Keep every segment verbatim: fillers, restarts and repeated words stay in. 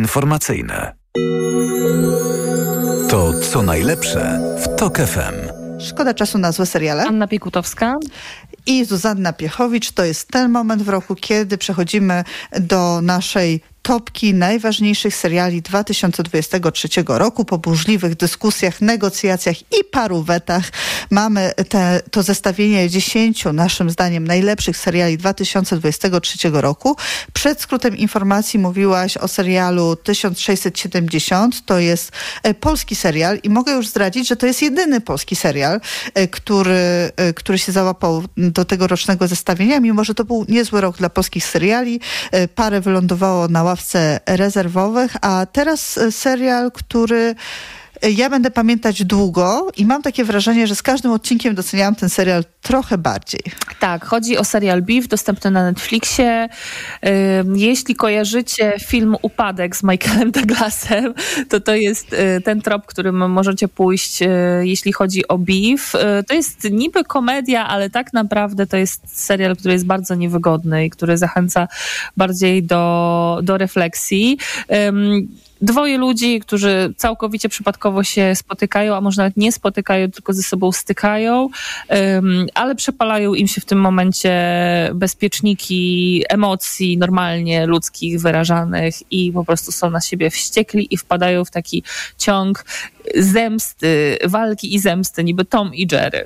informacyjne. To co najlepsze w TOK F M. Szkoda czasu na złe seriale. Anna Piekutowska i Zuzanna Piechowicz. To jest ten moment w roku, kiedy przechodzimy do naszej topki najważniejszych seriali dwa tysiące dwudziestego trzeciego roku. Po burzliwych dyskusjach, negocjacjach i paru wetach mamy te, to zestawienie dziesięciu, naszym zdaniem, najlepszych seriali dwa tysiące dwudziestego trzeciego roku. Przed skrótem informacji mówiłaś o serialu tysiąc sześćset siedemdziesiąt. To jest e, polski serial i mogę już zdradzić, że to jest jedyny polski serial, e, który, e, który się załapał do tegorocznego zestawienia, mimo że to był niezły rok dla polskich seriali. E, parę wylądowało na ławce rezerwowych, a teraz serial, który ja będę pamiętać długo i mam takie wrażenie, że z każdym odcinkiem doceniałam ten serial trochę bardziej. Tak, chodzi o serial Beef, dostępny na Netflixie. Jeśli kojarzycie film Upadek z Michaelem Douglasem, to to jest ten trop, którym możecie pójść, jeśli chodzi o Beef. To jest niby komedia, ale tak naprawdę to jest serial, który jest bardzo niewygodny i który zachęca bardziej do, do refleksji. Dwoje ludzi, którzy całkowicie przypadkowo się spotykają, a może nawet nie spotykają, tylko ze sobą stykają, um, ale przepalają im się w tym momencie bezpieczniki emocji normalnie ludzkich wyrażanych i po prostu są na siebie wściekli i wpadają w taki ciąg zemsty, walki i zemsty, niby Tom i Jerry.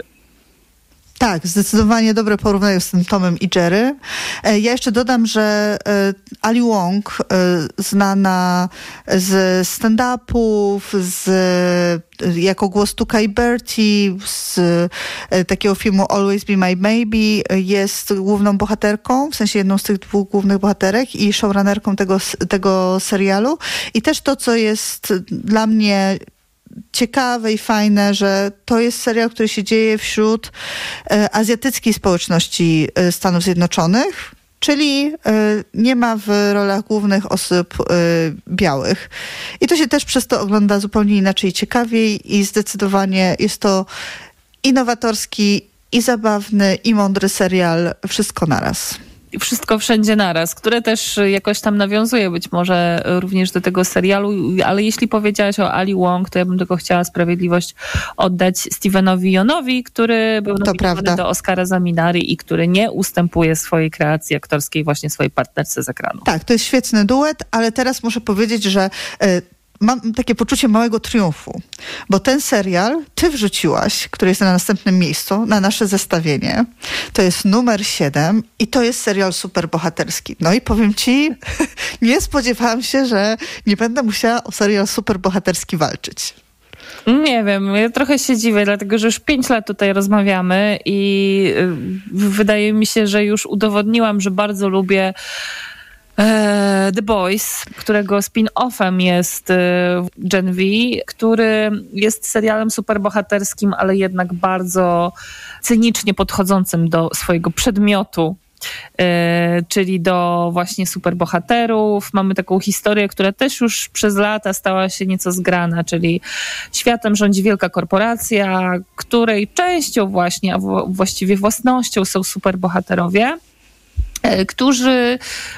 Tak, zdecydowanie dobre porównanie z tym Tomem i Jerry. Ja jeszcze dodam, że Ali Wong, znana z stand-upów, z, jako głos Tuka i Bertie, z takiego filmu Always Be My Maybe, jest główną bohaterką, w sensie jedną z tych dwóch głównych bohaterek i showrunnerką tego, tego serialu. I też to, co jest dla mnie ciekawe i fajne, że to jest serial, który się dzieje wśród e, azjatyckiej społeczności e, Stanów Zjednoczonych, czyli e, nie ma w rolach głównych osób e, białych. I to się też przez to ogląda zupełnie inaczej i ciekawiej i zdecydowanie jest to innowatorski i zabawny i mądry serial, wszystko naraz. Wszystko wszędzie naraz, które też jakoś tam nawiązuje być może również do tego serialu, ale jeśli powiedziałaś o Ali Wong, to ja bym tylko chciała sprawiedliwość oddać Stevenowi Yeonowi, który był nominowany do Oscara za Minari i który nie ustępuje swojej kreacji aktorskiej właśnie swojej partnerce z ekranu. Tak, to jest świetny duet, ale teraz muszę powiedzieć, że y- mam takie poczucie małego triumfu, bo ten serial ty wrzuciłaś, który jest na następnym miejscu, na nasze zestawienie. To jest numer siedem i to jest serial superbohaterski. No i powiem ci, nie spodziewałam się, że nie będę musiała o serial superbohaterski walczyć. Nie wiem, ja trochę się dziwię, dlatego że już pięć lat tutaj rozmawiamy i wydaje mi się, że już udowodniłam, że bardzo lubię The Boys, którego spin-offem jest Gen V, który jest serialem superbohaterskim, ale jednak bardzo cynicznie podchodzącym do swojego przedmiotu, czyli do właśnie superbohaterów. Mamy taką historię, która też już przez lata stała się nieco zgrana, czyli światem rządzi wielka korporacja, której częścią właśnie, a właściwie własnością są superbohaterowie, którzy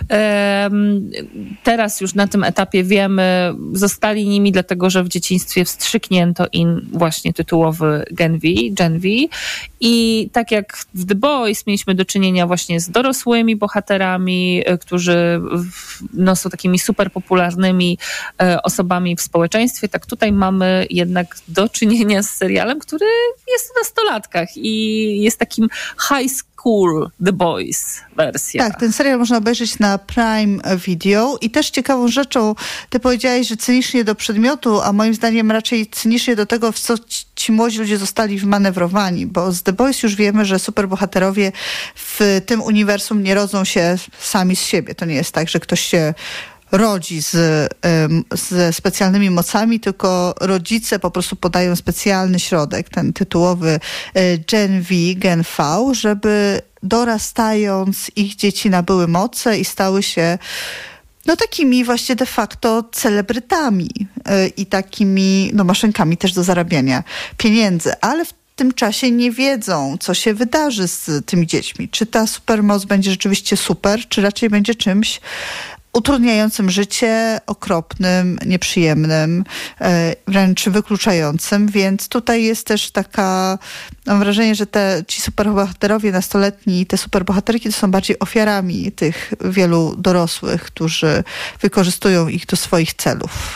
teraz już na tym etapie wiemy, zostali nimi dlatego, że w dzieciństwie wstrzyknięto im właśnie tytułowy Gen V, Gen V. I tak jak w The Boys mieliśmy do czynienia właśnie z dorosłymi bohaterami, którzy no, są takimi super popularnymi osobami w społeczeństwie, tak tutaj mamy jednak do czynienia z serialem, który jest o nastolatkach i jest takim high school Cool, The Boys wersja. Tak, ten serial można obejrzeć na Prime Video i też ciekawą rzeczą, ty powiedziałeś, że cynicznie do przedmiotu, a moim zdaniem raczej cynicznie do tego, w co ci młodzi ludzie zostali wmanewrowani, bo z The Boys już wiemy, że superbohaterowie w tym uniwersum nie rodzą się sami z siebie. To nie jest tak, że ktoś się rodzi z, ze specjalnymi mocami, tylko rodzice po prostu podają specjalny środek, ten tytułowy Gen V, Gen V, żeby dorastając ich dzieci nabyły moce i stały się no takimi właśnie de facto celebrytami i takimi no maszynkami też do zarabiania pieniędzy, ale w tym czasie nie wiedzą, co się wydarzy z tymi dziećmi. Czy ta supermoc będzie rzeczywiście super, czy raczej będzie czymś utrudniającym życie, okropnym, nieprzyjemnym, wręcz wykluczającym, więc tutaj jest też taka, mam wrażenie, że te, ci superbohaterowie nastoletni i te superbohaterki to są bardziej ofiarami tych wielu dorosłych, którzy wykorzystują ich do swoich celów.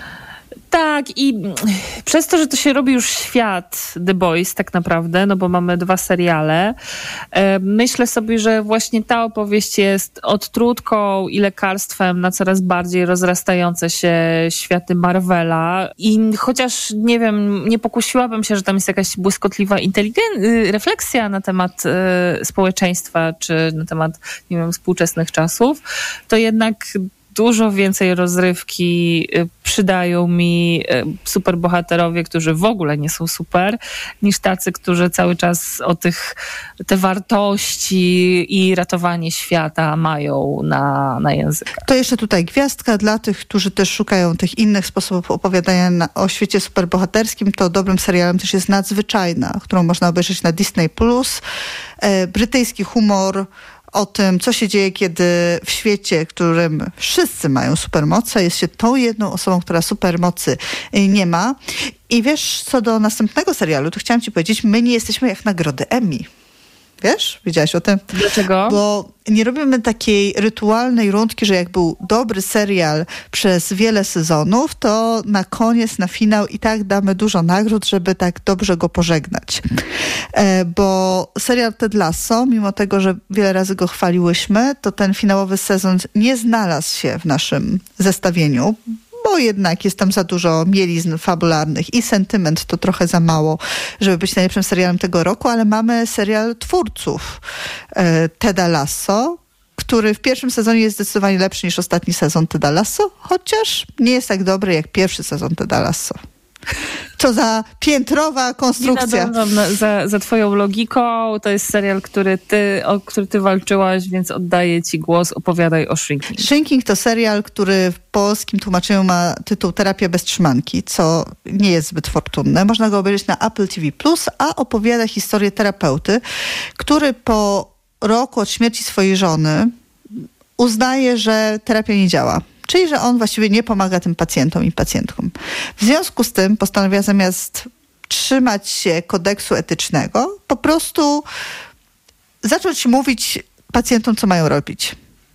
Tak, i przez to, że to się robi już świat The Boys tak naprawdę, no bo mamy dwa seriale, myślę sobie, że właśnie ta opowieść jest odtrutką i lekarstwem na coraz bardziej rozrastające się światy Marvela i chociaż, nie wiem, nie pokusiłabym się, że tam jest jakaś błyskotliwa inteligen- refleksja na temat y, społeczeństwa, czy na temat, nie wiem, współczesnych czasów, to jednak dużo więcej rozrywki przydają mi superbohaterowie, którzy w ogóle nie są super, niż tacy, którzy cały czas o tych, te wartości i ratowanie świata mają na, na języku. To jeszcze tutaj gwiazdka dla tych, którzy też szukają tych innych sposobów opowiadania na, o świecie superbohaterskim. To dobrym serialem też jest Nadzwyczajna, którą można obejrzeć na Disney plus. E, brytyjski humor o tym, co się dzieje, kiedy w świecie, w którym wszyscy mają supermoce, jest się tą jedną osobą, która supermocy nie ma. I wiesz, co do następnego serialu, to chciałam ci powiedzieć, my nie jesteśmy jak nagrody Emmy. Wiesz? Wiedziałaś o tym? Dlaczego? Bo nie robimy takiej rytualnej rundki, że jak był dobry serial przez wiele sezonów, to na koniec, na finał i tak damy dużo nagród, żeby tak dobrze go pożegnać. E, bo serial Ted Lasso, mimo tego, że wiele razy go chwaliłyśmy, to ten finałowy sezon nie znalazł się w naszym zestawieniu, bo jednak jest tam za dużo mielizn fabularnych i sentyment to trochę za mało, żeby być najlepszym serialem tego roku, ale mamy serial twórców e, Teda Lasso, który w pierwszym sezonie jest zdecydowanie lepszy niż ostatni sezon Teda Lasso, chociaż nie jest tak dobry jak pierwszy sezon Teda Lasso. Co za piętrowa konstrukcja. Nie nadążam za, za twoją logiką. To jest serial, który ty, o który ty walczyłaś, więc oddaję ci głos. Opowiadaj o Shrinking. Shrinking to serial, który w polskim tłumaczeniu ma tytuł Terapia bez trzymanki, co nie jest zbyt fortunne. Można go obejrzeć na Apple T V plus, a opowiada historię terapeuty, który po roku od śmierci swojej żony uznaje, że terapia nie działa. Czyli, że on właściwie nie pomaga tym pacjentom i pacjentkom. W związku z tym postanawia zamiast trzymać się kodeksu etycznego, po prostu zacząć mówić pacjentom, co mają robić.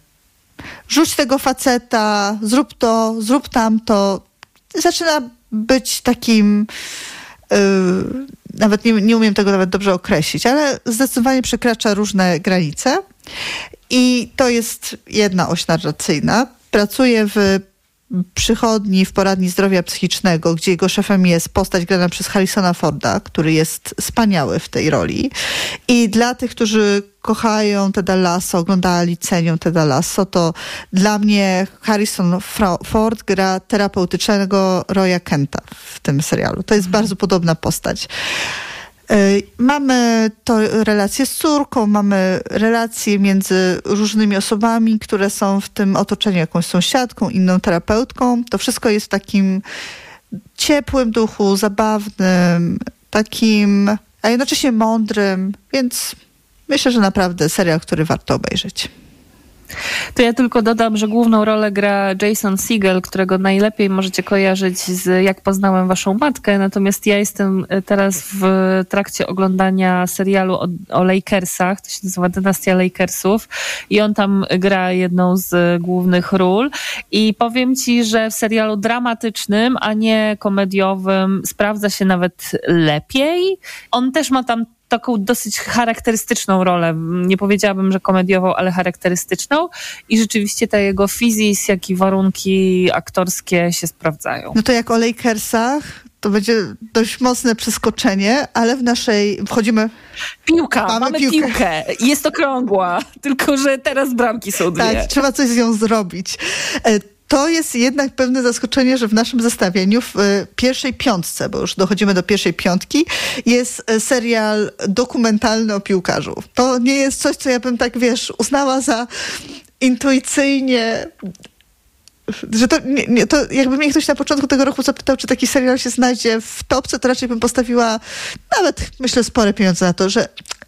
Rzuć tego faceta, zrób to, zrób tamto. Zaczyna być takim... Yy, nawet nie, nie umiem tego nawet dobrze określić, ale zdecydowanie przekracza różne granice. I to jest jedna oś narracyjna. Pracuje w przychodni, w poradni zdrowia psychicznego, gdzie jego szefem jest postać grana przez Harrisona Forda, który jest wspaniały w tej roli. I dla tych, którzy kochają Teda Lasso, oglądali, cenią Teda Lasso, to dla mnie Harrison Ford gra terapeutycznego Roya Kenta w tym serialu. To jest bardzo podobna postać. Mamy to relacje z córką, mamy relacje między różnymi osobami, które są w tym otoczeniu, jakąś sąsiadką, inną terapeutką. To wszystko jest w takim ciepłym duchu, zabawnym, takim, a jednocześnie mądrym, więc myślę, że naprawdę serial, który warto obejrzeć. To ja tylko dodam, że główną rolę gra Jason Segel, którego najlepiej możecie kojarzyć z Jak poznałem waszą matkę, natomiast ja jestem teraz w trakcie oglądania serialu o, o Lakersach, to się nazywa Dynastia Lakersów i on tam gra jedną z głównych ról i powiem ci, że w serialu dramatycznym, a nie komediowym sprawdza się nawet lepiej. On też ma tam taką dosyć charakterystyczną rolę. Nie powiedziałabym, że komediową, ale charakterystyczną. I rzeczywiście ta jego fizis, jak i warunki aktorskie się sprawdzają. No to jak o Lakersach, to będzie dość mocne przeskoczenie, ale w naszej... Wchodzimy... Piłka! Mamy, mamy piłkę. piłkę. Jest okrągła. Tylko że teraz bramki są dwie. Tak, trzeba coś z nią zrobić. To jest jednak pewne zaskoczenie, że w naszym zestawieniu w pierwszej piątce, bo już dochodzimy do pierwszej piątki, jest serial dokumentalny o piłkarzu. To nie jest coś, co ja bym tak, wiesz, uznała za intuicyjnie... Że to, nie, nie, to jakby mnie ktoś na początku tego roku zapytał, czy taki serial się znajdzie w topce, to raczej bym postawiła nawet, myślę, spore pieniądze na to, że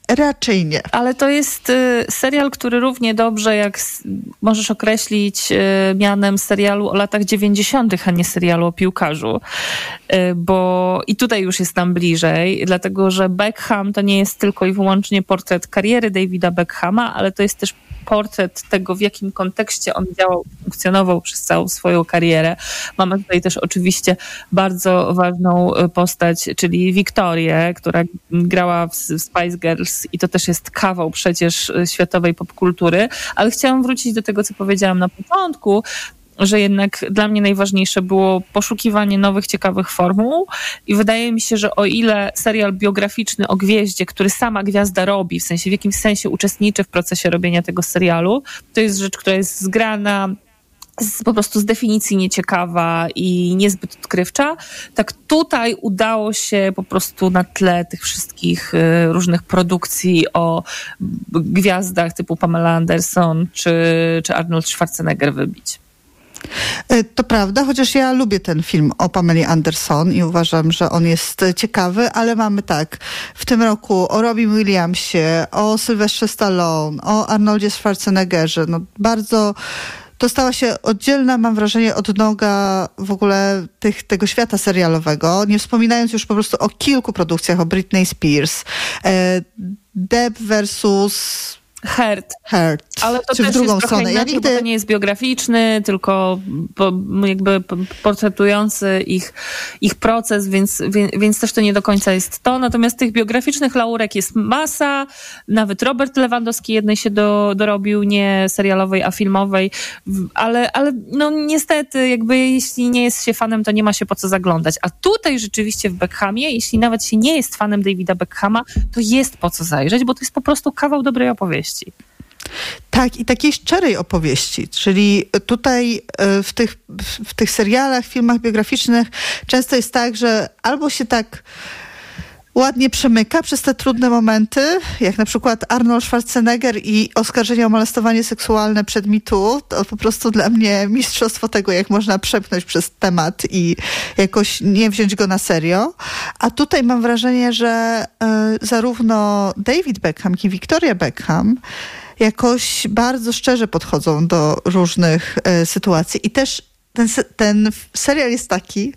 Raczej nie. Ale to jest y, serial, który równie dobrze jak s- możesz określić y, mianem serialu o latach dziewięćdziesiątych, a nie serialu o piłkarzu. Y, bo i tutaj już jest nam bliżej, dlatego że Beckham to nie jest tylko i wyłącznie portret kariery Davida Beckhama, ale to jest też portret tego, w jakim kontekście on działał, funkcjonował przez całą swoją karierę. Mamy tutaj też oczywiście bardzo ważną postać, czyli Wiktorię, która grała w Spice Girls i to też jest kawał przecież światowej popkultury, ale chciałam wrócić do tego, co powiedziałam na początku, że jednak dla mnie najważniejsze było poszukiwanie nowych, ciekawych formuł i wydaje mi się, że o ile serial biograficzny o gwieździe, który sama gwiazda robi, w sensie w jakimś sensie uczestniczy w procesie robienia tego serialu, to jest rzecz, która jest zgrana, z, po prostu z definicji nieciekawa i niezbyt odkrywcza, tak tutaj udało się po prostu na tle tych wszystkich y, różnych produkcji o gwiazdach typu Pamela Anderson czy, czy Arnold Schwarzenegger wybić. To prawda, chociaż ja lubię ten film o Pameli Anderson i uważam, że on jest ciekawy, ale mamy tak, w tym roku o Robin Williamsie, o Sylwestrze Stallone, o Arnoldzie Schwarzeneggerze, no bardzo... To stała się oddzielna, mam wrażenie, odnoga w ogóle tych, tego świata serialowego, nie wspominając już po prostu o kilku produkcjach, o Britney Spears, e, Deb versus... Heard. Heard. Ale to czy też w drugą jest stronę. Inaczej, Ja nigdy... bo to nie jest biograficzny, tylko po, jakby portretujący ich, ich proces, więc, więc, więc też to nie do końca jest to. Natomiast tych biograficznych laurek jest masa. Nawet Robert Lewandowski jednej się do, dorobił, nie serialowej, a filmowej. Ale, ale no niestety, jakby jeśli nie jest się fanem, to nie ma się po co zaglądać. A tutaj rzeczywiście w Beckhamie, jeśli nawet się nie jest fanem Davida Beckhama, to jest po co zajrzeć, bo to jest po prostu kawał dobrej opowieści. Tak, i takiej szczerej opowieści, czyli tutaj w tych, w tych serialach, filmach biograficznych często jest tak, że albo się tak ładnie przemyka przez te trudne momenty, jak na przykład Arnold Schwarzenegger i oskarżenia o molestowanie seksualne przed Me Too, to po prostu dla mnie mistrzostwo tego, jak można przepchnąć przez temat i jakoś nie wziąć go na serio. A tutaj mam wrażenie, że y, zarówno David Beckham, jak i Victoria Beckham jakoś bardzo szczerze podchodzą do różnych y, sytuacji i też Ten, ten serial jest taki,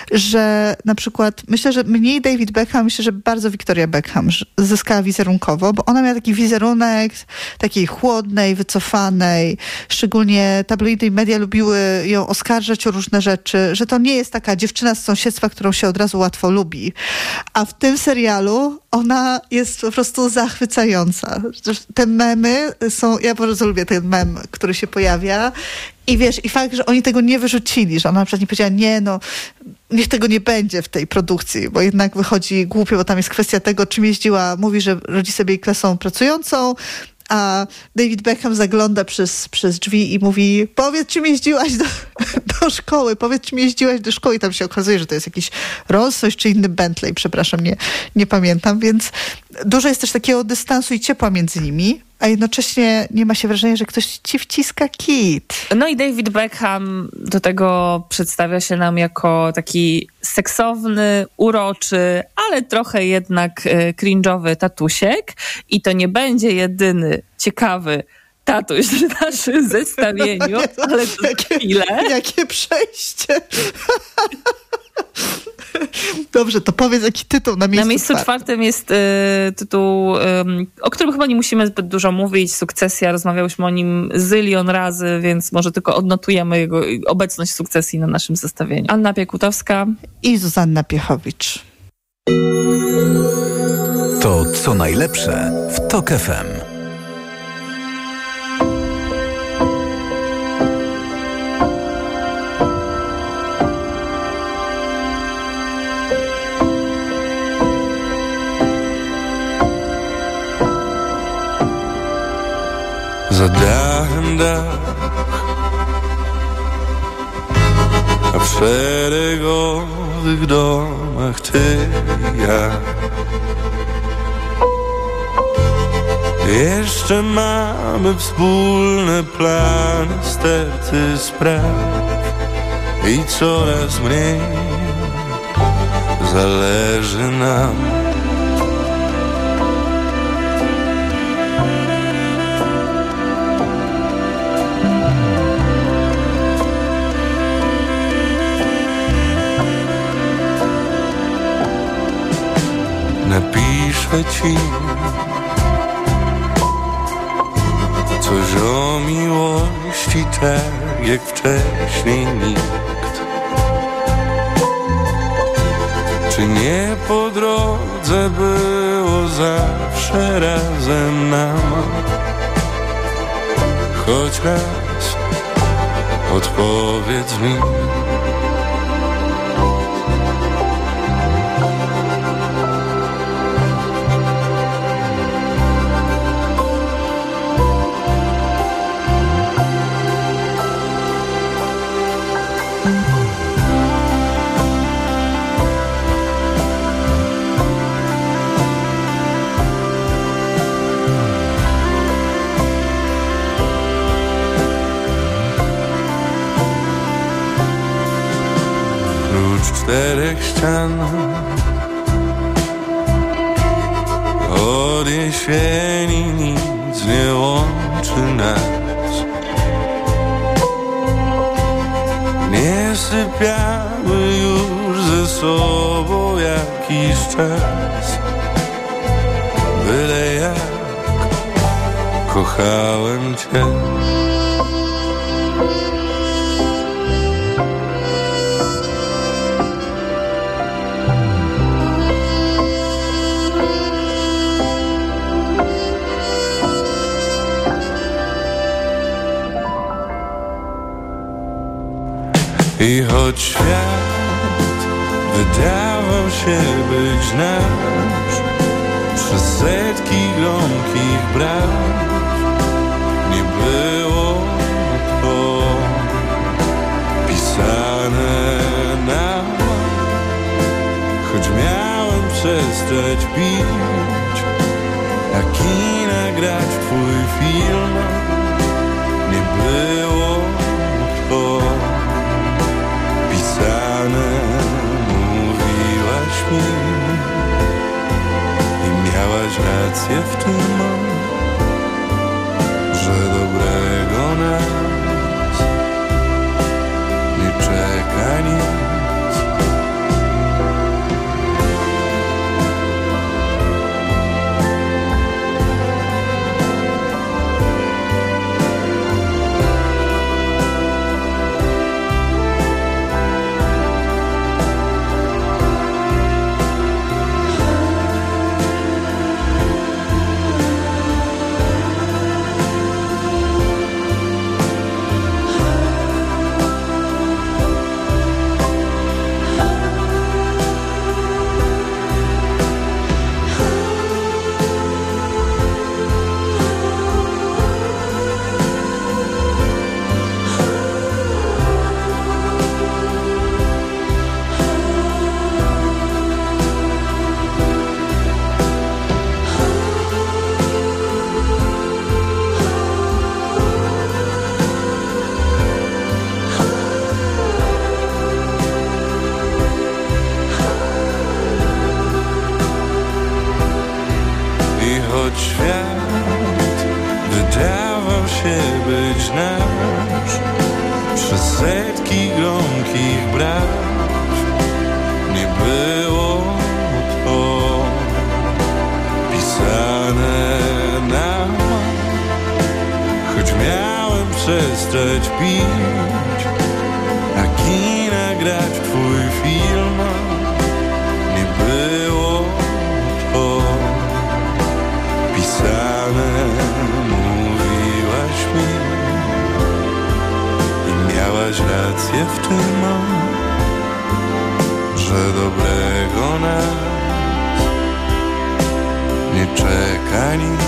że na przykład myślę, że mniej David Beckham, myślę, że bardzo Victoria Beckham zyskała wizerunkowo, bo ona miała taki wizerunek takiej chłodnej, wycofanej, szczególnie tabloidy i media lubiły ją oskarżać o różne rzeczy, że to nie jest taka dziewczyna z sąsiedztwa, którą się od razu łatwo lubi. A w tym serialu ona jest po prostu zachwycająca. Te memy są, ja bardzo lubię ten mem, który się pojawia. I wiesz, i fakt, że oni tego nie wyrzucili, że ona na przykład nie powiedziała, nie no, niech tego nie będzie w tej produkcji, bo jednak wychodzi głupio, bo tam jest kwestia tego, czym jeździła, mówi, że rodzi sobie klasą pracującą, a David Beckham zagląda przez, przez drzwi i mówi, powiedz, czym jeździłaś do, do szkoły, powiedz, czym jeździłaś do szkoły i tam się okazuje, że to jest jakiś Rolls-Royce czy inny Bentley, przepraszam, nie, nie pamiętam, więc dużo jest też takiego dystansu i ciepła między nimi, a jednocześnie nie ma się wrażenia, że ktoś ci wciska kit. No i David Beckham do tego przedstawia się nam jako taki seksowny, uroczy, ale trochę jednak cringe'owy tatusiek i to nie będzie jedyny ciekawy tatuś w naszym zestawieniu, ale to jakie, chwilę. Jakie przejście. Dobrze, to powiedz, jaki tytuł na miejscu Na miejscu czwartym, czwartym jest y, tytuł, y, o którym chyba nie musimy zbyt dużo mówić. Sukcesja, rozmawiałyśmy o nim zylion razy, więc może tylko odnotujemy jego obecność Sukcesji na naszym zestawieniu. Anna Piekutowska i Zuzanna Piechowicz. To co najlepsze w Tok F M. Za dachem dach, a w szeregowych domach ty i ja. Jeszcze mamy wspólne plany, sterty spraw i coraz mniej zależy nam. ci coś o miłości, tak jak wcześniej nikt. Czy nie po drodze było zawsze razem nam? Choć raz odpowiedz mi. Czterech ścian od jesieni nic nie łączy nas. Nie sypiamy już ze sobą jakiś czas. Byle jak kochałem cię. I choć świat wydawał się być nasz, przez setki gromkich braw nie było to pisane nam. Choć miałem przestać pić, a kina grać w twój film, nie było to mówiłaś mi i miałaś rację w tym, że dobrego nas nie czeka nic. Przestać pić, a kina grać w twój film, nie było to pisane. Mówiłaś mi i miałaś rację w tym, że dobrego nas nie czeka nic.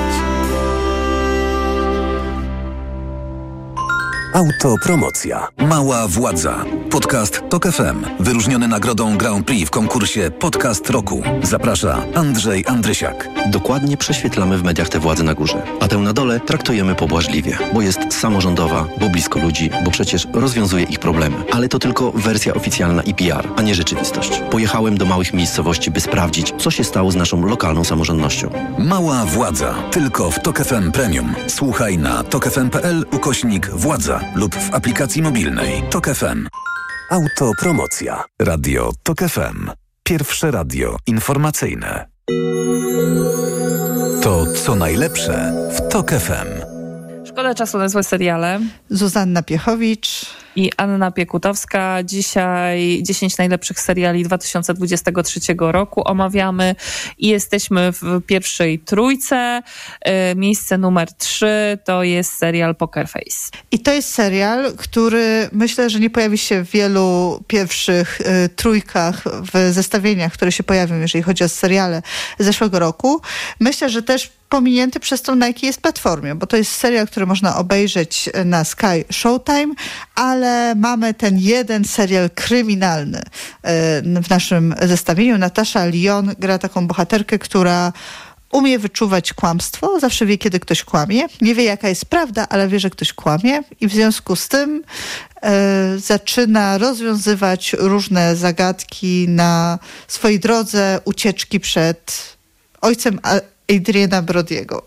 Autopromocja. Mała władza. Podcast Tok F M. Wyróżniony nagrodą Grand Prix w konkursie Podcast Roku. Zaprasza Andrzej Andrysiak. Dokładnie prześwietlamy w mediach tę władzę na górze, a tę na dole traktujemy pobłażliwie, bo jest samorządowa, bo blisko ludzi, bo przecież rozwiązuje ich problemy. Ale to tylko wersja oficjalna i P R, a nie rzeczywistość. Pojechałem do małych miejscowości, by sprawdzić, co się stało z naszą lokalną samorządnością. Mała władza. Tylko w Tok F M Premium. Słuchaj na tokfm.pl ukośnik władza lub w aplikacji mobilnej Tok F M. Autopromocja. Radio Tok F M. Pierwsze radio informacyjne. To co najlepsze w Tok F M. Szkoda czasu na złe seriale. Zuzanna Piechowicz i Anna Piekutowska. Dzisiaj dziesięć najlepszych seriali dwa tysiące dwudziestego trzeciego roku omawiamy i jesteśmy w pierwszej trójce. Miejsce numer trzy to jest serial Poker Face. I to jest serial, który myślę, że nie pojawi się w wielu pierwszych y, trójkach, w zestawieniach, które się pojawią, jeżeli chodzi o seriale zeszłego roku. Myślę, że też pominięty przez to, na jakiej jest platformie, bo to jest serial, który można obejrzeć na Sky Showtime, ale mamy ten jeden serial kryminalny w naszym zestawieniu. Natasza Lyonne gra taką bohaterkę, która umie wyczuwać kłamstwo, zawsze wie, kiedy ktoś kłamie. Nie wie, jaka jest prawda, ale wie, że ktoś kłamie i w związku z tym e, zaczyna rozwiązywać różne zagadki na swojej drodze ucieczki przed ojcem Adriana Brody'ego.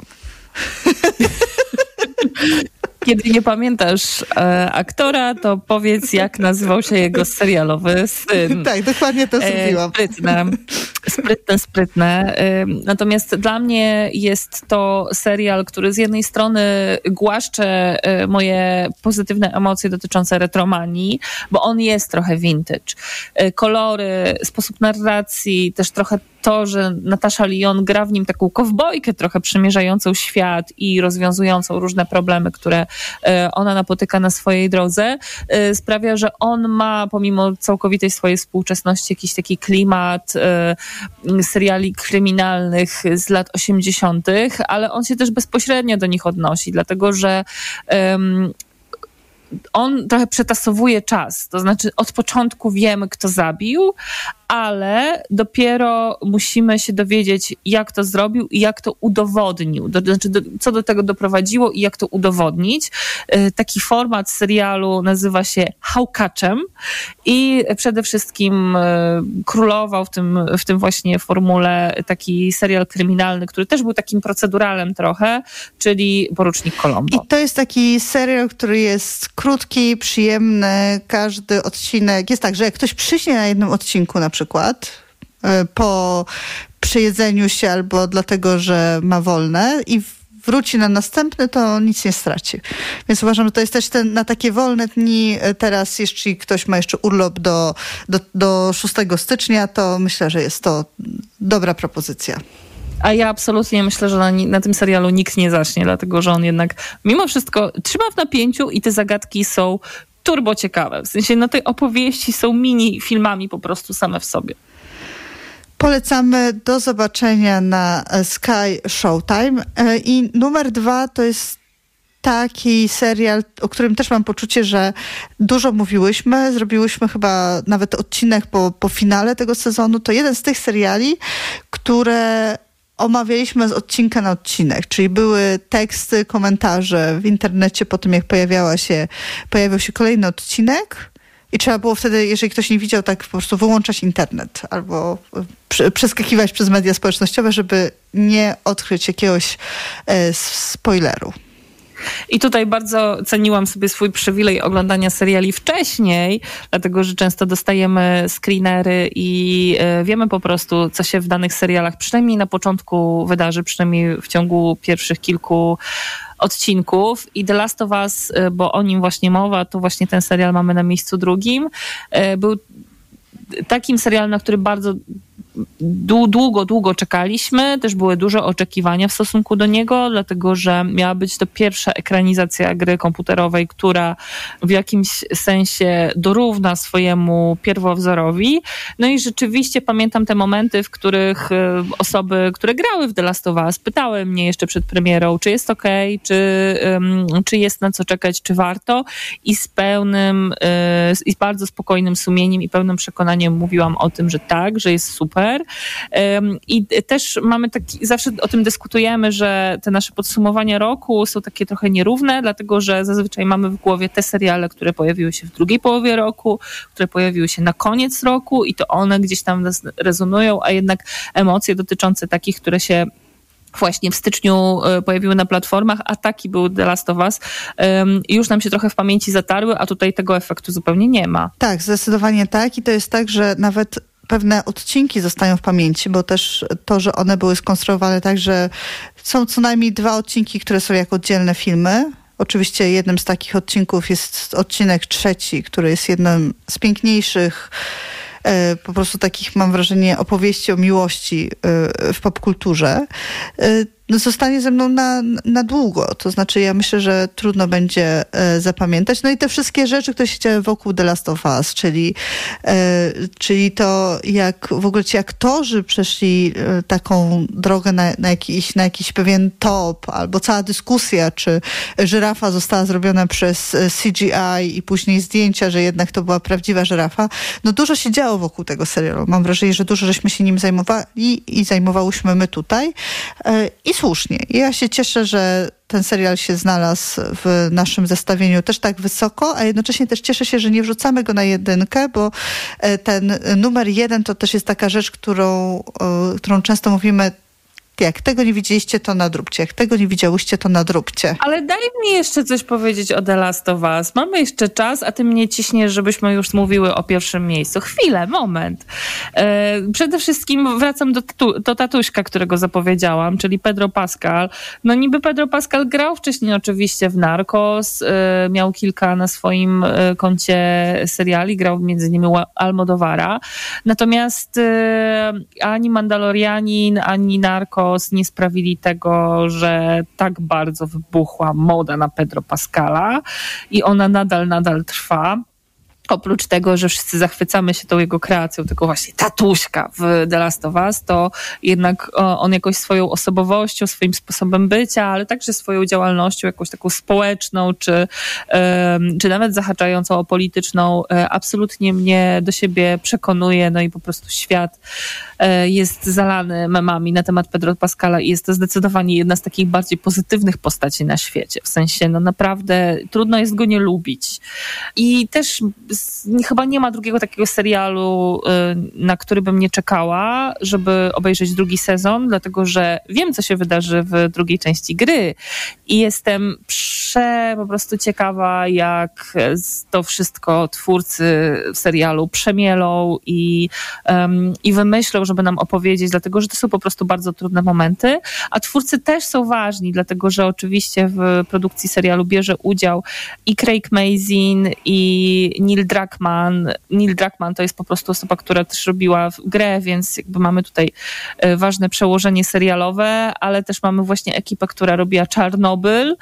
Kiedy nie pamiętasz e, aktora, to powiedz, jak nazywał się jego serialowy syn. Tak, dokładnie to zrobiłam. E, sprytne, sprytne, sprytne. E, natomiast dla mnie jest to serial, który z jednej strony głaszcze e, moje pozytywne emocje dotyczące retromanii, bo on jest trochę vintage. E, kolory, sposób narracji, też trochę to, że Natasza Lyonne gra w nim taką kowbojkę trochę przemierzającą świat i rozwiązującą różne problemy, które ona napotyka na swojej drodze, sprawia, że on ma pomimo całkowitej swojej współczesności jakiś taki klimat seriali kryminalnych z lat osiemdziesiątych, ale on się też bezpośrednio do nich odnosi, dlatego że um, on trochę przetasowuje czas, to znaczy od początku wiemy, kto zabił, ale dopiero musimy się dowiedzieć, jak to zrobił i jak to udowodnił. Do, znaczy, do, co do tego doprowadziło i jak to udowodnić. Yy, taki format serialu nazywa się Haukaczem i przede wszystkim yy, królował w tym, w tym właśnie formule taki serial kryminalny, który też był takim proceduralem trochę, czyli Porucznik Colombo. I to jest taki serial, który jest krótki, przyjemny, każdy odcinek. Jest tak, że jak ktoś przyśnie na jednym odcinku na przykład, przykład po przejedzeniu się albo dlatego, że ma wolne i wróci na następny, to nic nie straci. Więc uważam, że to jest też ten, na takie wolne dni teraz, jeśli ktoś ma jeszcze urlop do, do, do szóstego stycznia, to myślę, że jest to dobra propozycja. A ja absolutnie myślę, że na, na tym serialu nikt nie zacznie, dlatego że on jednak mimo wszystko trzyma w napięciu i te zagadki są turbo ciekawe. W sensie, no te opowieści są mini filmami po prostu same w sobie. Polecamy, do zobaczenia na Sky Showtime. I numer dwa to jest taki serial, o którym też mam poczucie, że dużo mówiłyśmy. Zrobiłyśmy chyba nawet odcinek po, po finale tego sezonu. To jeden z tych seriali, które omawialiśmy z odcinka na odcinek, czyli były teksty, komentarze w internecie po tym, jak pojawiała się, pojawił się kolejny odcinek i trzeba było wtedy, jeżeli ktoś nie widział, tak po prostu wyłączać internet albo przeskakiwać przez media społecznościowe, żeby nie odkryć jakiegoś e, spoileru. I tutaj bardzo ceniłam sobie swój przywilej oglądania seriali wcześniej, dlatego że często dostajemy screenery i wiemy po prostu, co się w danych serialach przynajmniej na początku wydarzy, przynajmniej w ciągu pierwszych kilku odcinków. I The Last of Us, bo o nim właśnie mowa, to właśnie ten serial mamy na miejscu drugim. Był takim serialem, na który bardzo długo, długo czekaliśmy. Też były duże oczekiwania w stosunku do niego, dlatego że miała być to pierwsza ekranizacja gry komputerowej, która w jakimś sensie dorówna swojemu pierwowzorowi. No i rzeczywiście pamiętam te momenty, w których osoby, które grały w The Last of Us, pytały mnie jeszcze przed premierą, czy jest okej, okay, czy, um, czy jest na co czekać, czy warto. I z pełnym y, i z bardzo spokojnym sumieniem i pełnym przekonaniem mówiłam o tym, że tak, że jest super. I też mamy taki, zawsze o tym dyskutujemy, że te nasze podsumowania roku są takie trochę nierówne, dlatego że zazwyczaj mamy w głowie te seriale, które pojawiły się w drugiej połowie roku, które pojawiły się na koniec roku i to one gdzieś tam nas rezonują, a jednak emocje dotyczące takich, które się właśnie w styczniu pojawiły na platformach, a taki był The Last of Us, i już nam się trochę w pamięci zatarły, a tutaj tego efektu zupełnie nie ma. Tak, zdecydowanie tak i to jest tak, że nawet pewne odcinki zostają w pamięci, bo też to, że one były skonstruowane tak, że są co najmniej dwa odcinki, które są jak oddzielne filmy. Oczywiście jednym z takich odcinków jest odcinek trzeci, który jest jednym z piękniejszych po prostu takich, mam wrażenie, opowieści o miłości w popkulturze. No, zostanie ze mną na, na długo. To znaczy, ja myślę, że trudno będzie e, zapamiętać. No i te wszystkie rzeczy, które się działy wokół The Last of Us, czyli, e, czyli to, jak w ogóle ci aktorzy przeszli e, taką drogę na, na, jakiś, na jakiś pewien top, albo cała dyskusja, czy żyrafa została zrobiona przez C G I i później zdjęcia, że jednak to była prawdziwa żyrafa. No dużo się działo wokół tego serialu. Mam wrażenie, że dużo żeśmy się nim zajmowali i zajmowałyśmy my tutaj. E, I słusznie. Ja się cieszę, że ten serial się znalazł w naszym zestawieniu też tak wysoko, a jednocześnie też cieszę się, że nie wrzucamy go na jedynkę, bo ten numer jeden to też jest taka rzecz, którą, którą często mówimy, jak tego nie widzieliście, to nadróbcie. Jak tego nie widziałyście, to nadróbcie. Ale daj mi jeszcze coś powiedzieć o The Last of Us. Mamy jeszcze czas, a ty mnie ciśniesz, żebyśmy już mówiły o pierwszym miejscu. Chwilę, moment. E, przede wszystkim wracam do, do tatuśka, którego zapowiedziałam, czyli Pedro Pascal. No niby Pedro Pascal grał wcześniej oczywiście w Narcos, e, miał kilka na swoim e, koncie seriali, grał między innymi Almodovara. Natomiast e, ani Mandalorianin, ani Narcos nie sprawili tego, że tak bardzo wybuchła moda na Pedro Pascala i ona nadal, nadal trwa. Oprócz tego, że wszyscy zachwycamy się tą jego kreacją, tylko właśnie tatuśka w The Last of Us, to jednak on jakoś swoją osobowością, swoim sposobem bycia, ale także swoją działalnością, jakąś taką społeczną, czy, czy nawet zahaczającą o polityczną, absolutnie mnie do siebie przekonuje, no i po prostu świat jest zalany memami na temat Pedro Pascala i jest to zdecydowanie jedna z takich bardziej pozytywnych postaci na świecie. W sensie, no naprawdę trudno jest go nie lubić. I też chyba nie ma drugiego takiego serialu, na który bym nie czekała, żeby obejrzeć drugi sezon, dlatego że wiem, co się wydarzy w drugiej części gry i jestem prze po prostu ciekawa, jak to wszystko twórcy serialu przemielą i, um, i wymyślą, żeby nam opowiedzieć, dlatego że to są po prostu bardzo trudne momenty, a twórcy też są ważni, dlatego że oczywiście w produkcji serialu bierze udział i Craig Mazin, i Neil Druckmann. Neil Druckmann to jest po prostu osoba, która też robiła grę, więc jakby mamy tutaj ważne przełożenie serialowe, ale też mamy właśnie ekipę, która robiła Czarnobyl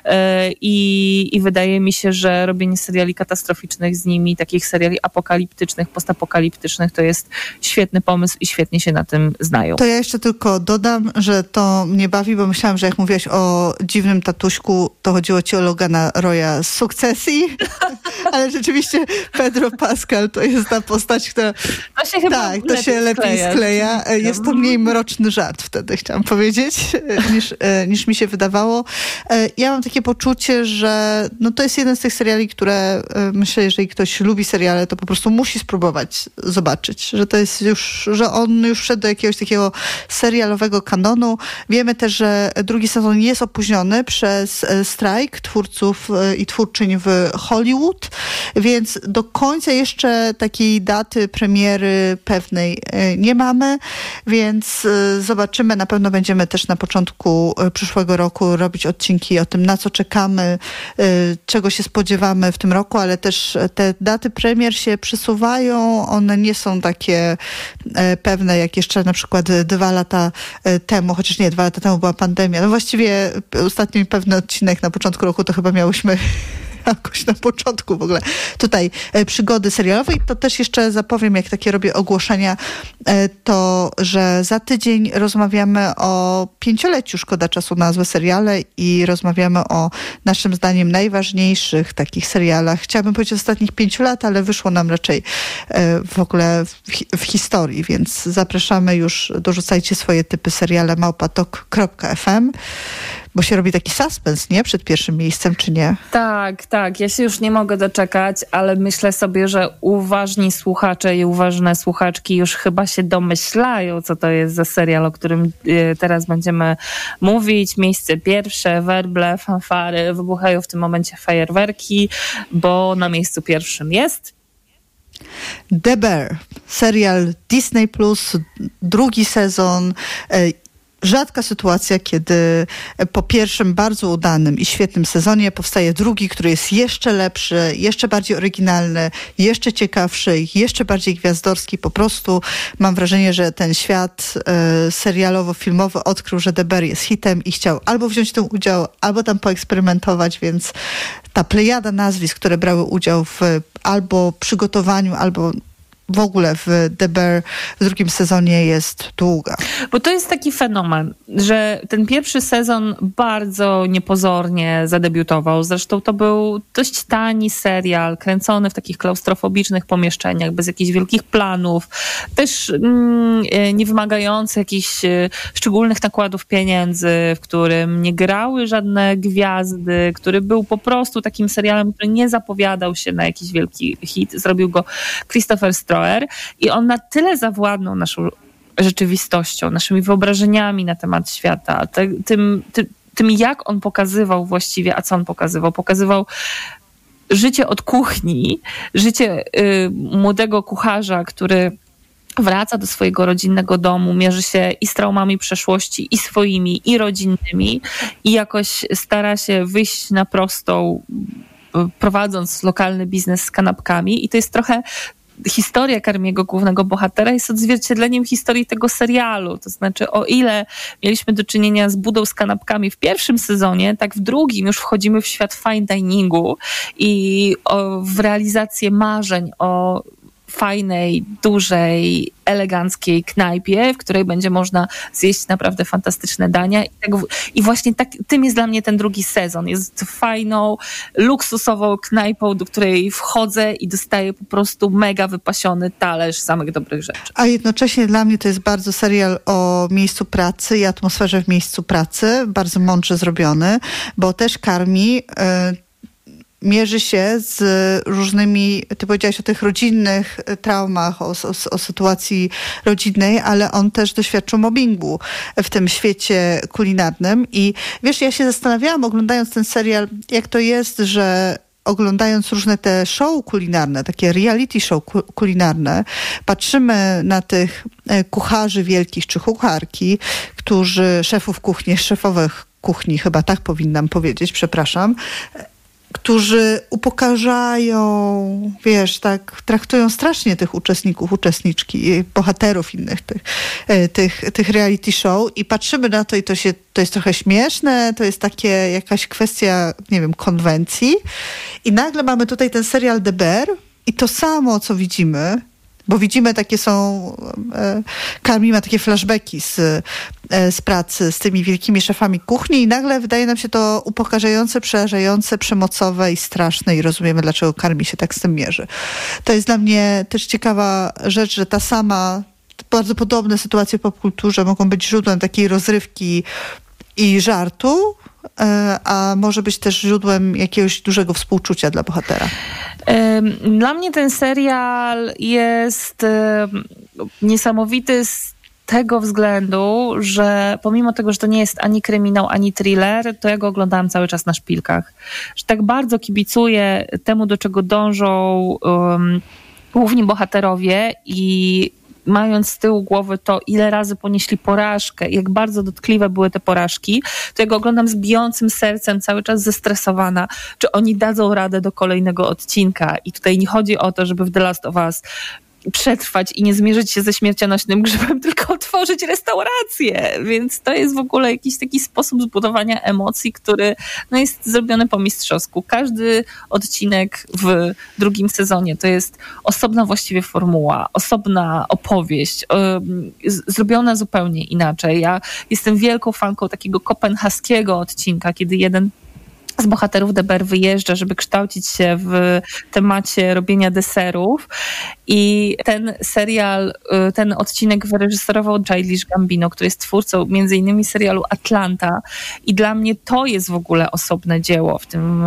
i, i wydaje mi się, że robienie seriali katastroficznych z nimi, takich seriali apokaliptycznych, postapokaliptycznych, to jest świetny pomysł i świetnie się na tym znają. To ja jeszcze tylko dodam, że to mnie bawi, bo myślałam, że jak mówiłaś o dziwnym tatuśku, to chodziło ci o Logana Roya z Sukcesji, ale rzeczywiście Pedro Pascal to jest ta postać, która... To się chyba tak, to się lepiej skleja. skleja. Jest to mniej mroczny żart wtedy, chciałam powiedzieć, niż, niż mi się wydawało. Ja mam takie poczucie, że no to jest jeden z tych seriali, które myślę, jeżeli ktoś lubi seriale, to po prostu musi spróbować zobaczyć, że to jest już, że on już wszedł do jakiegoś takiego serialowego kanonu. Wiemy też, że drugi sezon jest opóźniony przez strajk twórców i twórczyń w Hollywood, więc do końca jeszcze takiej daty premiery pewnej nie mamy, więc zobaczymy. Na pewno będziemy też na początku przyszłego roku robić odcinki o tym, na co czekamy, czego się spodziewamy w tym roku, ale też te daty premier się przesuwają. One nie są takie pewne, jak jeszcze na przykład dwa lata temu, chociaż nie, dwa lata temu była pandemia. No właściwie ostatni pewny odcinek na początku roku to chyba miałyśmy jakoś na początku w ogóle tutaj e, przygody serialowej. To też jeszcze zapowiem, jak takie robię ogłoszenia, e, to, że za tydzień rozmawiamy o pięcioleciu Szkoda Czasu na złe seriale i rozmawiamy o naszym zdaniem najważniejszych takich serialach. Chciałabym powiedzieć ostatnich pięciu lat, ale wyszło nam raczej e, w ogóle w, w historii, więc zapraszamy już, dorzucajcie swoje typy seriale małpatok kropka f m. Bo się robi taki suspens, nie? Przed pierwszym miejscem, czy nie? Tak, tak. Ja się już nie mogę doczekać, ale myślę sobie, że uważni słuchacze i uważne słuchaczki już chyba się domyślają, co to jest za serial, o którym teraz będziemy mówić. Miejsce pierwsze, werble, fanfary, wybuchają w tym momencie fajerwerki, bo na miejscu pierwszym jest... The Bear serial Disney plus, drugi sezon. Rzadka sytuacja, kiedy po pierwszym bardzo udanym i świetnym sezonie powstaje drugi, który jest jeszcze lepszy, jeszcze bardziej oryginalny, jeszcze ciekawszy, jeszcze bardziej gwiazdorski. Po prostu mam wrażenie, że ten świat e, serialowo-filmowy odkrył, że The Bear jest hitem i chciał albo wziąć w tym udział, albo tam poeksperymentować, więc ta plejada nazwisk, które brały udział w albo przygotowaniu, albo w ogóle w The Bear w drugim sezonie jest długa. Bo to jest taki fenomen, że ten pierwszy sezon bardzo niepozornie zadebiutował. Zresztą to był dość tani serial, kręcony w takich klaustrofobicznych pomieszczeniach, bez jakichś wielkich planów, też mm, nie wymagający jakichś szczególnych nakładów pieniędzy, w którym nie grały żadne gwiazdy, który był po prostu takim serialem, który nie zapowiadał się na jakiś wielki hit. Zrobił go Christopher Stroer i on na tyle zawładnął naszą rzeczywistością, naszymi wyobrażeniami na temat świata, te, tym, ty, tym jak on pokazywał właściwie, a co on pokazywał. Pokazywał życie od kuchni, życie y, młodego kucharza, który wraca do swojego rodzinnego domu, mierzy się i z traumami przeszłości, i swoimi, i rodzinnymi, i jakoś stara się wyjść na prostą, prowadząc lokalny biznes z kanapkami. I to jest trochę historia Carmiego, głównego bohatera, jest odzwierciedleniem historii tego serialu. To znaczy, o ile mieliśmy do czynienia z budą z kanapkami w pierwszym sezonie, tak w drugim już wchodzimy w świat fine diningu i o, w realizację marzeń o fajnej, dużej, eleganckiej knajpie, w której będzie można zjeść naprawdę fantastyczne dania. I, tak, i właśnie tak, tym jest dla mnie ten drugi sezon. Jest fajną, luksusową knajpą, do której wchodzę i dostaję po prostu mega wypasiony talerz samych dobrych rzeczy. A jednocześnie dla mnie to jest bardzo serial o miejscu pracy i atmosferze w miejscu pracy. Bardzo mądrze zrobiony, bo też Carmi y- mierzy się z różnymi, ty powiedziałaś o tych rodzinnych traumach, o, o, o sytuacji rodzinnej, ale on też doświadczył mobbingu w tym świecie kulinarnym. I wiesz, ja się zastanawiałam, oglądając ten serial, jak to jest, że oglądając różne te show kulinarne, takie reality show kulinarne, patrzymy na tych kucharzy wielkich, czy kucharki, którzy, szefów kuchni, szefowych kuchni, chyba tak powinnam powiedzieć, przepraszam, którzy upokarzają, wiesz, tak traktują strasznie tych uczestników, uczestniczki, bohaterów innych tych, tych, tych reality show i patrzymy na to i to się, to jest trochę śmieszne, to jest takie jakaś kwestia, nie wiem, konwencji i nagle mamy tutaj ten serial The Bear i to samo, co widzimy, bo widzimy takie są, e, Carmi ma takie flashbacki z, e, z pracy z tymi wielkimi szefami kuchni i nagle wydaje nam się to upokarzające, przerażające, przemocowe i straszne i rozumiemy, dlaczego Carmi się tak z tym mierzy. To jest dla mnie też ciekawa rzecz, że ta sama, bardzo podobne sytuacje w popkulturze mogą być źródłem takiej rozrywki i żartu, a może być też źródłem jakiegoś dużego współczucia dla bohatera. Dla mnie ten serial jest niesamowity z tego względu, że pomimo tego, że to nie jest ani kryminał, ani thriller, to ja go oglądałam cały czas na szpilkach. Że tak bardzo kibicuję temu, do czego dążą um, główni bohaterowie i mając z tyłu głowy to, ile razy ponieśli porażkę, jak bardzo dotkliwe były te porażki, to ja go oglądam z bijącym sercem, cały czas zestresowana, czy oni dadzą radę do kolejnego odcinka. I tutaj nie chodzi o to, żeby w The Last of Us przetrwać i nie zmierzyć się ze śmiercionośnym grzybem, tylko otworzyć restaurację. Więc to jest w ogóle jakiś taki sposób zbudowania emocji, który no, jest zrobiony po mistrzowsku. Każdy odcinek w drugim sezonie to jest osobna właściwie formuła, osobna opowieść, yy, zrobiona zupełnie inaczej. Ja jestem wielką fanką takiego kopenhaskiego odcinka, kiedy jeden z bohaterów The Bear wyjeżdża, żeby kształcić się w temacie robienia deserów i ten serial, ten odcinek wyreżyserował Childish Gambino, który jest twórcą między innymi serialu Atlanta i dla mnie to jest w ogóle osobne dzieło, w tym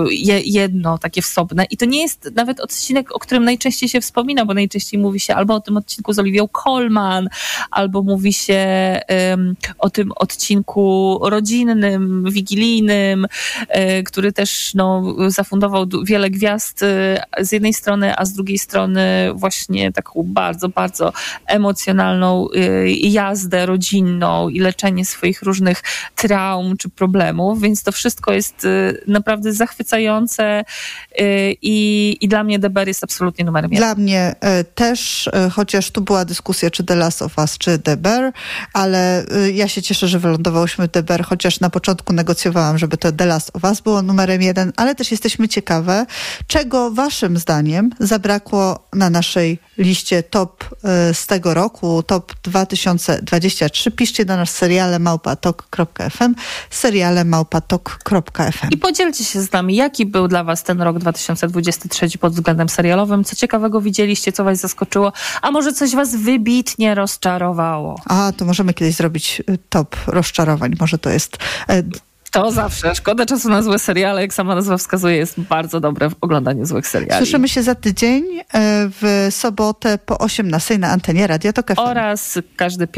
jedno takie wsobne i to nie jest nawet odcinek, o którym najczęściej się wspomina, bo najczęściej mówi się albo o tym odcinku z Olivią Colman, albo mówi się um, o tym odcinku rodzinnym, wigilijnym, który też no, zafundował wiele gwiazd z jednej strony, a z drugiej strony mieliśmy właśnie taką bardzo, bardzo emocjonalną jazdę rodzinną i leczenie swoich różnych traum czy problemów, więc to wszystko jest naprawdę zachwycające i, i dla mnie The Bear jest absolutnie numerem jeden. Dla mnie też, chociaż tu była dyskusja, czy The Last of Us, czy The Bear, ale ja się cieszę, że wylądowałyśmy The Bear, chociaż na początku negocjowałam, żeby to The Last of Us było numerem jeden, ale też jesteśmy ciekawe, czego waszym zdaniem zabrakło na naszej liście top z tego roku, top dwa tysiące dwudziesty trzeci. Piszcie do nas seriale małpa tok kropka f m, seriale małpa tok kropka f m. I podzielcie się z nami, jaki był dla was ten rok dwa tysiące dwudziesty trzeci pod względem serialowym, co ciekawego widzieliście, co was zaskoczyło, a może coś was wybitnie rozczarowało. A, to możemy kiedyś zrobić top rozczarowań, może to jest... To zawsze. Szkoda czasu na złe seriale, jak sama nazwa wskazuje, jest bardzo dobre w oglądaniu złych seriali. Słyszymy się za tydzień w sobotę po osiemnastej na antenie Radia Tok F M. Oraz każdy